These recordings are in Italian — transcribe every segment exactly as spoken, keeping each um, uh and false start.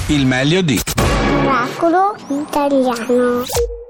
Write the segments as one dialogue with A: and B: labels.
A: Il meglio di
B: Miracolo Italiano.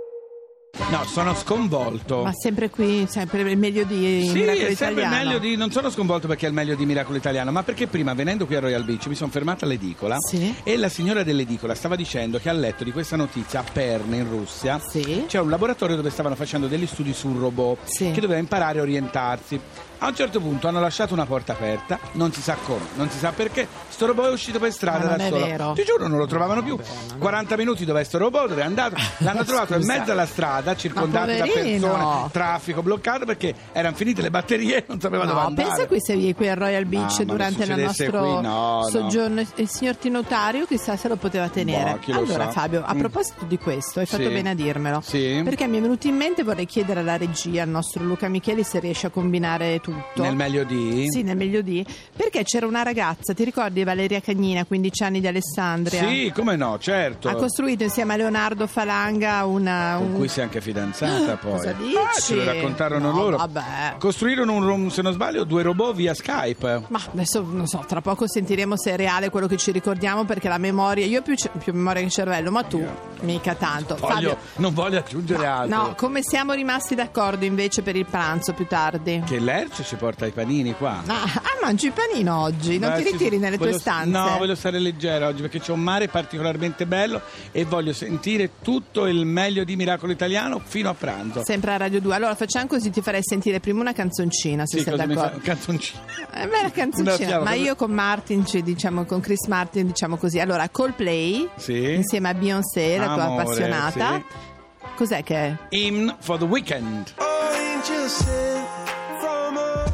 A: No, sono sconvolto.
C: Ma sempre qui, sempre il meglio di
A: Sì,
C: Miracolo
A: è sempre il
C: Italiano.
A: meglio di. Non sono sconvolto perché è il meglio di Miracolo Italiano, ma perché prima, venendo qui a Royal Beach, mi sono fermata all'edicola.
C: Sì.
A: E la signora dell'edicola stava dicendo che ha letto di questa notizia a Perna, in Russia.
C: Sì.
A: C'è un laboratorio dove stavano facendo degli studi su un robot
C: Sì.
A: che doveva imparare a orientarsi. A un certo punto hanno lasciato una porta aperta, non si sa come, non si sa perché. Sto robot è uscito per strada
C: Ma non
A: da
C: è
A: solo.
C: vero.
A: Ti giuro, non lo trovavano più. quaranta minuti dove è sto robot, dove è andato? L'hanno trovato in
C: Scusa.
A: mezzo alla strada, circondato da
C: poverino.
A: persone, traffico bloccato perché erano finite le batterie e non sapeva dove
C: No,
A: andare.
C: pensa qui se vieni qui a Royal Beach
A: Ah, ma
C: durante il
A: succedesse
C: nostro
A: qui, no, no.
C: soggiorno. Il signor Tinotario chissà se lo poteva tenere.
A: Boh, chi lo
C: allora
A: sa.
C: Fabio, a
A: Mm.
C: proposito di questo, hai fatto
A: Sì.
C: bene a dirmelo.
A: Sì.
C: Perché mi è venuto in mente, vorrei chiedere alla regia, al nostro Luca Micheli, se riesce a combinare tutto.
A: Nel meglio di?
C: Sì, nel meglio di. Perché c'era una ragazza, ti ricordi Valeria Cagnina, quindici anni di Alessandria?
A: Sì, come no, certo.
C: Ha costruito insieme a Leonardo Falanga una...
A: Con
C: un...
A: cui sei anche fidanzata poi.
C: Cosa dici?
A: Ah, ce lo raccontarono
C: No,
A: loro.
C: vabbè.
A: Costruirono, un, se non sbaglio, due robot via Skype.
C: Ma adesso non so, tra poco sentiremo se è reale quello che ci ricordiamo, perché la memoria, io ho più, più memoria che cervello, ma tu
A: Io.
C: mica tanto.
A: Voglio,
C: Fabio,
A: non voglio aggiungere altro.
C: no, come siamo rimasti d'accordo invece per il pranzo più tardi?
A: Che l'Erce ci porta i panini qua.
C: Ah, ah, mangi il panino oggi, non
A: Beh,
C: ti
A: sì,
C: ritiri nelle
A: voglio-
C: tue stanze?
A: No, voglio stare leggero oggi perché c'è un mare particolarmente bello e voglio sentire tutto il meglio di Miracolo Italiano fino a pranzo.
C: Sempre a Radio due. Allora facciamo così, ti farei sentire prima una canzoncina, se
A: Sì,
C: sei
A: cosa mi fa?
C: d'accordo.
A: Canzoncina.
C: Eh, beh, la canzoncina,
A: Una fiaba,
C: ma
A: cosa-
C: io con Martin, ci diciamo, con Chris Martin diciamo così. Allora, Coldplay
A: Sì.
C: insieme a Beyoncé, la tua
A: Amore,
C: appassionata.
A: sì.
C: Cos'è che è?
A: Hymn for the Weekend.
D: Angels sent from up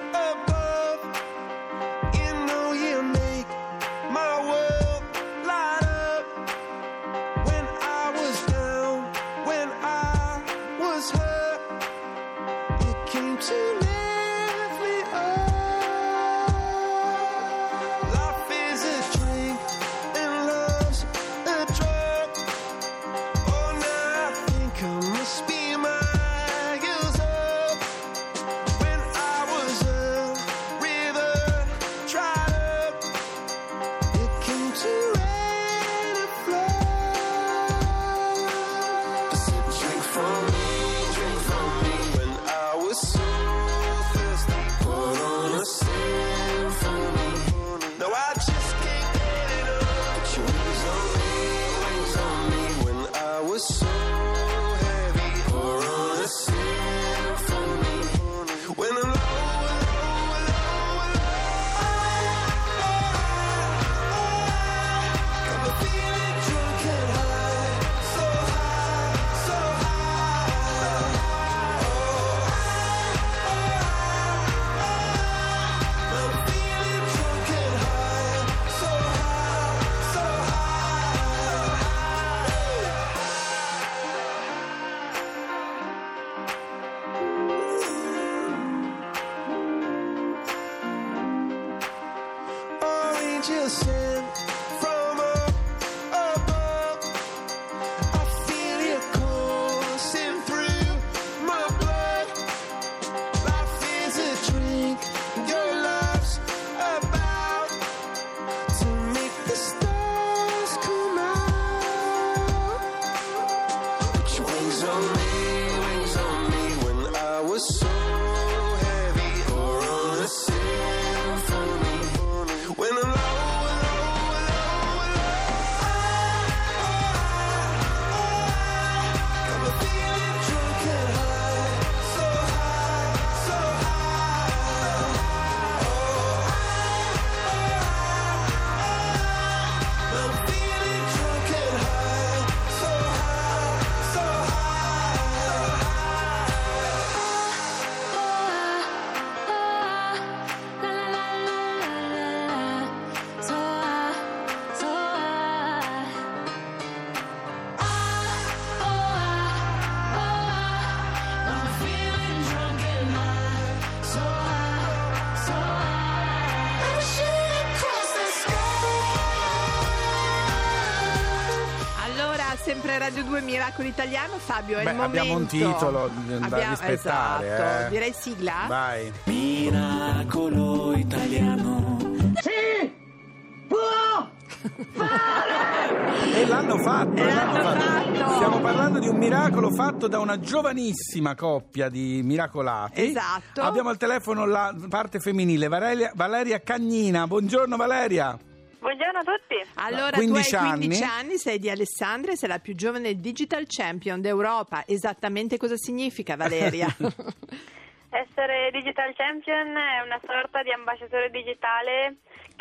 D: above. You know you make my world light up. When I was down, when I was hurt, you came to lift me up. Life is a drink and love's a drug. Oh, now I think I must be miles up. When I was a river dried up, it came to rain and flood. Drink from me, drink from me. When I was so thirsty, put on a symphony. No, I just can't get enough. Put your wings on me, wings on me. When I was so heavy, pour on a symphony. When I'm low, low, low, low, got me feeling drunk and high, so high, so high. I'm feeling drunk and high, so high, so high. Angels sent from up above. I feel you coursing through my blood. Life is a drink, your love's about to make the stars come out. Put your wings on me, wings on me. When I was so heavy, pour on a symphony. When I'm low, low, low, low, got me feeling drunk and high, so high, so high. I'm feeling drunk and high, so high, so
C: Allora, sempre Radio due Miracolo Italiano, Fabio, è
A: Beh,
C: il momento.
A: abbiamo un titolo da
C: Abbiamo-
A: rispettare.
C: esatto.
A: eh.
C: Direi sigla?
A: Vai.
E: Miracolo Italiano.
F: Sì! Può!
A: E l'hanno fatto,
C: E l'hanno fatto.
A: Stiamo parlando di un miracolo fatto da una giovanissima coppia di miracolati.
C: Esatto.
A: Abbiamo al telefono la parte femminile, Valeria, Valeria Cagnina. Buongiorno Valeria.
E: Buongiorno a tutti.
C: Allora,
A: quindici
C: tu hai
A: anni.
C: quindici anni, sei di Alessandria e sei la più giovane digital champion d'Europa. Esattamente cosa significa, Valeria?
E: Essere digital champion è una sorta di ambasciatore digitale,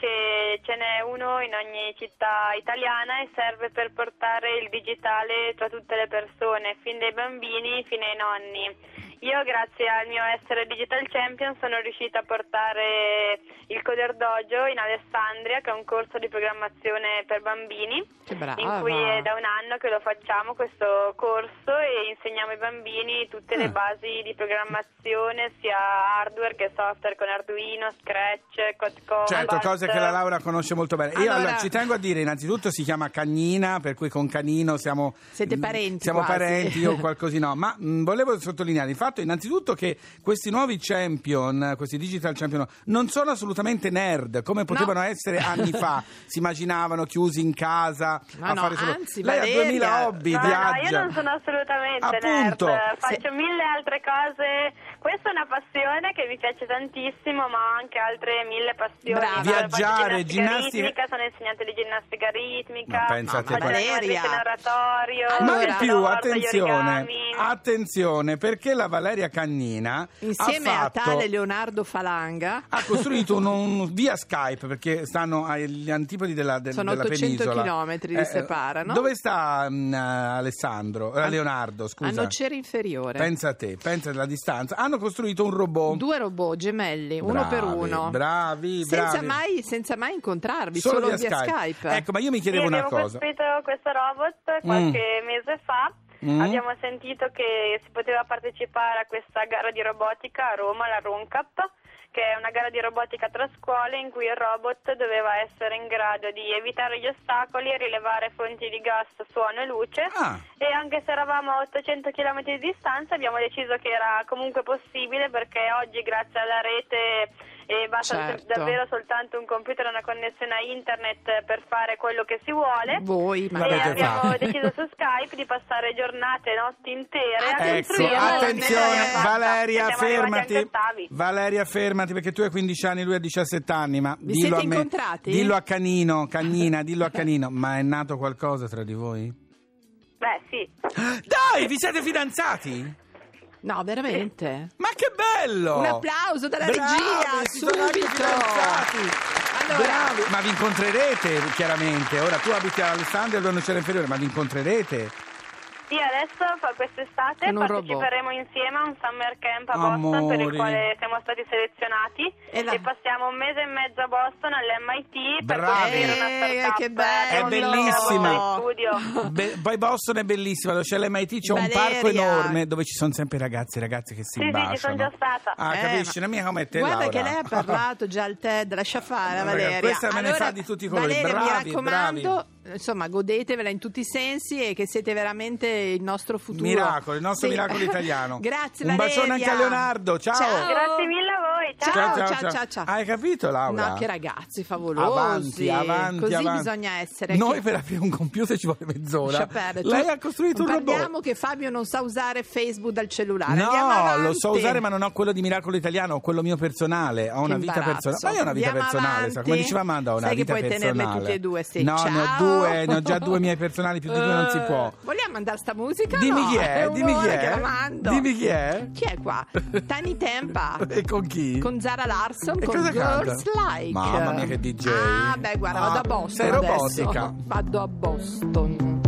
E: che ce n'è uno in ogni città italiana e serve per portare il digitale tra tutte le persone, fin dai bambini fino ai nonni. Io, grazie al mio essere digital champion, sono riuscita a portare il Coder Dojo in Alessandria, che è un corso di programmazione per bambini,
C: Che brava.
E: in cui è da un anno che lo facciamo questo corso e insegniamo ai bambini tutte le
A: Ah.
E: basi di programmazione, sia hardware che software, con Arduino, Scratch, Codecombat.
A: Certo, cose che la Laura conosce molto bene. Io
C: Allora-
A: allora, ci tengo a dire, innanzitutto si chiama Cagnina, per cui con Canino siamo
C: Siete
A: mh,
C: parenti
A: Siamo
C: quasi.
A: parenti, io qualcosina no, ma mh, volevo sottolineare il fatto innanzitutto che questi nuovi champion, questi digital champion non sono assolutamente nerd, come potevano essere anni fa. Si immaginavano chiusi in casa
C: Ma
A: a
C: no,
A: fare solo.
C: anzi,
A: Lei
C: Valeria-
A: ha duemila hobby,
E: No, no,
A: viaggia.
E: io non sono assolutamente
A: Appunto.
E: nerd, faccio mille altre cose. Questa è una passione che mi piace tantissimo, ma ho anche altre mille passioni.
C: Brava.
A: Viaggiare,
E: Faccio
A: ginnastica-
E: ritmica, sono insegnante di ginnastica ritmica,
A: Ma pensa a te.
E: faccio
C: Valeria.
E: animatrice in oratorio,
A: Ma
C: Allora-
A: in più,
E: porto gli
A: attenzione,
E: origami.
A: attenzione, perché la Valeria Cagnina
C: Insieme
A: ha
C: a
A: fatto,
C: tale Leonardo Falanga.
A: ha costruito un, un- via Skype, perché stanno agli antipodi della, del-
C: Sono
A: della
C: ottocento
A: penisola.
C: chilometri li separano.
A: Dove sta mh, Alessandro? Eh,
C: A-
A: Leonardo, scusa.
C: A Nocera Inferiore.
A: Pensa a te, pensa alla distanza. Hanno costruito un robot.
C: Due robot gemelli, uno
A: Bravi,
C: per uno.
A: Bravi,
C: Senza
A: bravi.
C: mai, senza mai incontrarvi, solo, via Skype.
A: Ecco, ma io mi
E: Sì,
A: chiedevo una
E: abbiamo
A: cosa.
E: costruito questo robot qualche mese fa.
A: Mm.
E: Abbiamo sentito che si poteva partecipare a questa gara di robotica a Roma, la RunCap, che è una gara di robotica tra scuole in cui il robot doveva essere in grado di evitare gli ostacoli e rilevare fonti di gas, suono e luce.
A: Ah.
E: E anche se eravamo a ottocento chilometri di distanza abbiamo deciso che era comunque possibile, perché oggi, grazie alla rete, e basta
C: Certo.
E: davvero soltanto un computer e una connessione a internet per fare quello che si vuole.
C: Voi,
E: E
A: L'avete
C: magari.
E: abbiamo
A: fatto.
E: deciso su Skype di passare giornate e notti intere a
C: Ecco,
A: Ecco,
E: costruire la
A: attenzione,
E: connessione
A: Valeria,
E: fatta. Siamo arrivati
A: fermati.
E: anche ottavi.
A: Valeria, fermati, perché tu hai quindici anni, lui ha diciassette anni, ma
C: Vi
A: dillo
C: siete
A: a me.
C: incontrati?
A: Dillo a Canino, Cagnina, dillo a Canino, ma è nato qualcosa tra di voi?
E: Beh, sì.
A: Dai, vi siete fidanzati?
C: No, veramente.
A: Ma che bello!
C: Un applauso dalla
A: Bravi,
C: regia,
A: si sono anche
C: subito.
A: fidanzati.
C: Allora-
A: Bravi, ma vi incontrerete chiaramente. Ora tu abiti a Alessandria e lui a Nocera Inferiore, ma vi incontrerete?
E: Sì, adesso fa- quest'estate
C: Con un
E: parteciperemo insieme a un summer camp a Boston, per il
A: Amori.
E: quale siamo stati selezionati
C: E
E: e,
C: la-
E: passiamo un mese e mezzo a Boston all'M I T per
A: Bravi.
E: costruire una
C: Eh,
E: startup.
C: che bello!
A: È bellissima.
E: in studio.
A: Be- poi Boston è bellissima, dove c'è l'M I T, c'è un
C: Valeria.
A: parco enorme dove ci sono sempre ragazzi e ragazze che si
E: Sì, sì,
A: baciano.
E: ci sono già stata.
A: Ah,
C: Eh,
A: capisci?
C: ma-
A: Non è mica come te,
C: Guarda
A: Laura.
C: che lei ha parlato già al TED, lascia fare
A: Guarda,
C: Valeria.
A: questa me ne
C: Allora,
A: fa di tutti i colori.
C: Valeria,
A: Bravi,
C: mi raccomando, insomma, godetevela in tutti i sensi e che siete veramente il nostro futuro.
A: Miracolo, il nostro
C: Sì.
A: miracolo italiano.
C: Grazie
A: Un
C: Valeria.
A: bacione anche a Leonardo, ciao.
E: Grazie mille a voi. Ciao.
C: Ciao, ciao, ciao, ciao.
A: Hai capito, Laura?
C: No, che ragazzi favolosi.
A: Avanti, avanti,
C: Così
A: avanti.
C: bisogna essere.
A: Noi
C: Che-
A: per aprire un computer ci vuole mezz'ora.
C: Lascia perdere.
A: Lei
C: Tu-
A: ha costruito un
C: Parliamo
A: robot.
C: che Fabio non sa usare Facebook dal cellulare. Andiamo
A: No,
C: avanti.
A: lo so usare, ma non ho quello di Miracolo Italiano, ho quello mio personale. Ho una
C: Che
A: vita
C: imbarazzo.
A: personale. Ma io ho una vita
C: Andiamo
A: personale,
C: avanti.
A: sa, come diceva Amanda, ho una
C: Sai che
A: vita
C: puoi tenerle
A: personale.
C: tutte e due, sì.
A: No, ne ho
C: Ciao.
A: due, ne ho già due miei personali, più di due non si può.
C: Eh, Vogliamo mandare sta musica?
A: Dimmi
C: no?
A: chi è,
C: è
A: dimmi chi
C: un'ora
A: è.
C: che la mando.
A: Dimmi chi è.
C: Chi è qua? Tiny Tempa.
A: E con chi?
C: Con Zara Larson,
A: E
C: con
A: cosa
C: Girls
A: canta?
C: Like.
A: Mamma mia, che D J.
C: Ah, beh, guarda, vado
A: Ah,
C: a Boston
A: sei
C: adesso.
A: robotica.
C: Vado a Boston.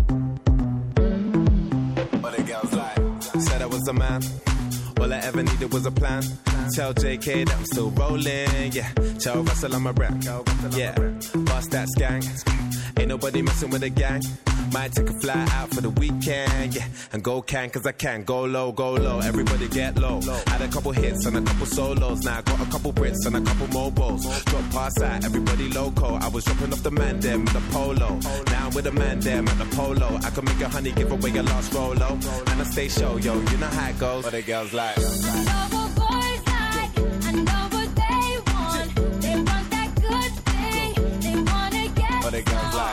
D: What the girls like? Said I was a man. All I ever needed was a plan. Tell J K that I'm still rolling. Yeah. Tell Russell I'm a rap. Yeah. Bust that skank. Ain't nobody messing with a gang. Might take a fly out for the weekend, yeah. And go can, cause I can. Go low, go low, everybody get low. Had a couple hits and a couple solos. Now I got a couple Brits and a couple mobiles. Drop past out, everybody loco. I was dropping off the man them with the polo. Now I'm with the man them at the polo. I can make a honey give away a last rolo. And I stay show, yo, you know how it goes. What the girls like?
F: I know what boys like, I know what they want. They want that good thing, they wanna get
D: What the girls like?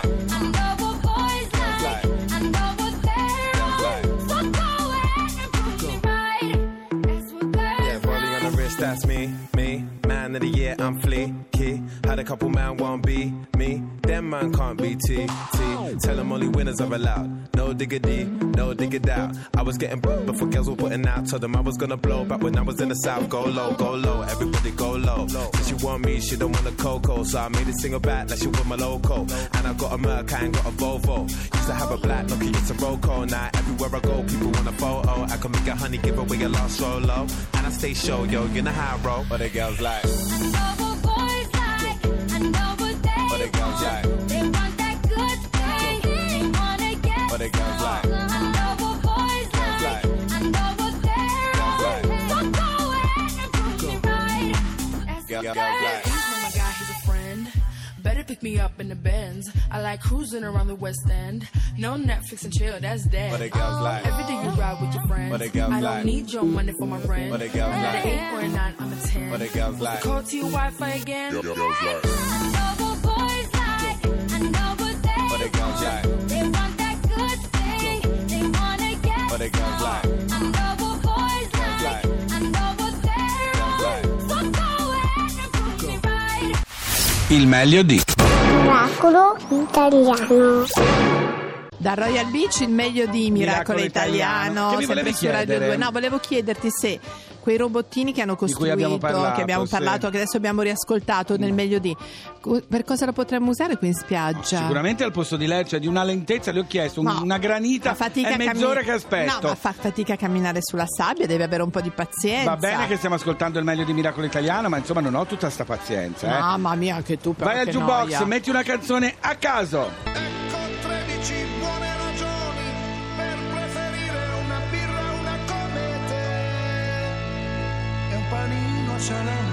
G: that's me, me. Man of the year, I'm fleeky. Had a couple man won't be me. Them man can't be T, T. Tell them only winners are allowed. No diggity, no diggity out. I was getting b- before girls were putting out. Told them I was gonna blow back when I was in the south. Go low, go low, everybody go low. Since she want me, she don't want a cocoa. So I made a single back like she want my loco. And I got a Merc, I ain't got a Volvo. Used to have a black Nokia, it's a Roco. Now everywhere I go, people want a photo. I can make a honey, give away a lost solo. And I stay show, yo, you know how I roll. But the girls like,
F: I know what boys like, I know what they
G: but the girls like,
F: They want that good thing, they wanna get
G: but the girls like,
F: I know what boys like, I know what they're
G: Girls
F: on. So go ahead and prove me right. Let's
G: girls
F: go.
G: like.
H: Oh my God, he's a friend. Better pick me up in the Benz. I like cruising around the West End. No Netflix and chill, that's dead.
G: But the girls like,
H: Every day you ride with your friends.
G: But the girls
H: I don't
G: like,
H: need your money for my rent.
G: But the girls
H: I'm not
G: like,
H: an eight or a nine, I'm a ten.
G: But the girls like,
H: Call to your Wi-Fi again.
F: I know what boys like, I know what they
G: But the girls like,
F: They want that good thing, they wanna get
G: But the girls like,
F: I know what boys like,
G: like,
F: I know what they're
G: like.
F: on. So go ahead and prove me right.
A: Il meglio di
B: Miracolo italiano.
C: Da Royal Beach il meglio di Miracolo,
A: Miracolo
C: Italiano,
A: Italiano. Che mi
C: sempre
A: volevi
C: su Radio
A: chiedere?
C: due. No, volevo chiederti se quei robottini che hanno
A: cui
C: costruito,
A: abbiamo parlato,
C: che abbiamo
A: sì.
C: parlato, che adesso abbiamo riascoltato nel meglio di, co- per cosa la potremmo usare qui in spiaggia?
A: Sicuramente al posto di lei, cioè di una lentezza, le ho chiesto un-
C: No,
A: una granita,
C: fa fatica
A: è
C: a
A: mezz'ora
C: cammin-
A: che aspetto.
C: No, ma fa fatica a camminare sulla sabbia, deve avere un po' di pazienza.
A: Va bene che stiamo ascoltando il meglio di Miracolo Italiano, ma insomma non ho tutta sta pazienza. Eh.
C: Mamma mia, anche tu però.
A: Vai al
C: che
A: jukebox,
C: noia.
A: metti una canzone a caso.
D: Ecco tredici buone ragioni per preferire una birra a una come te e un panino a salame.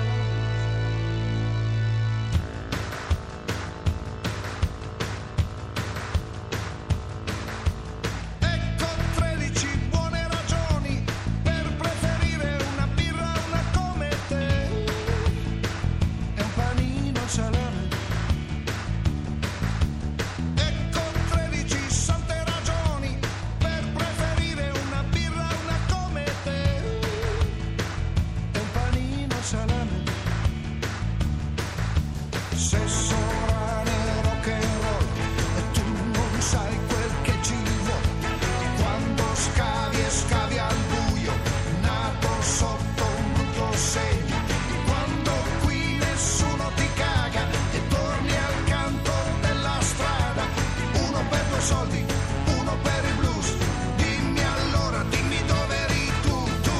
D: Ecco tredici buone ragioni per preferire una birra a una come te e un panino a salame. Ecco tredici sante ragioni per preferire una birra a una come te e un panino a salame. Sesso, rane, rock and roll e tu non sai quel che ci vuole. Quando scavi e scavi al buio, nato sotto un brutto segno. Quando qui nessuno ti caga e torni al canto della strada. Uno per due soldi, uno per il blues. Dimmi allora, dimmi dove eri tu, tu.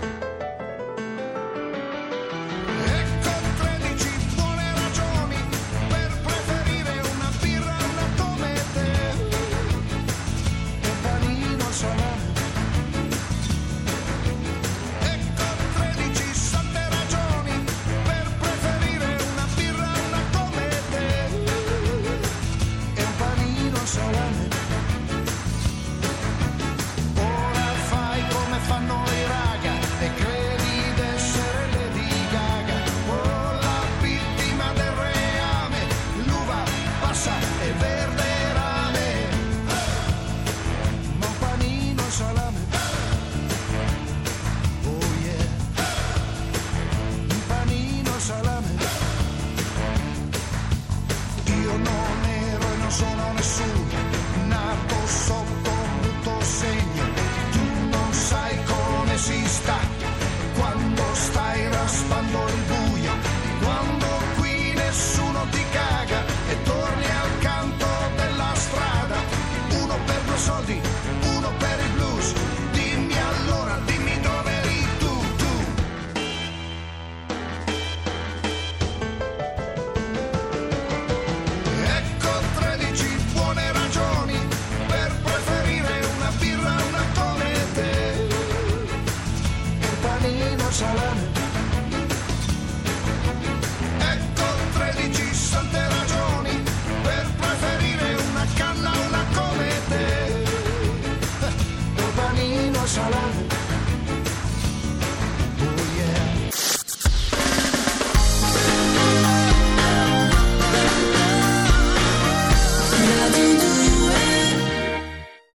D: Ecco tredici buone ragioni per preferire una birra a una come te e un panino al salame. Ecco tredici sante ragioni per preferire una birra a una come te e un panino al salame. Ora fai come fanno i raga e credi d'essere Lady Gaga. Oh, la vittima del reame, l'uva passa e verde rame. Ma un panino al salame. Oh yeah. Un panino al salame. Io non ero e non sono nessuno, nato solo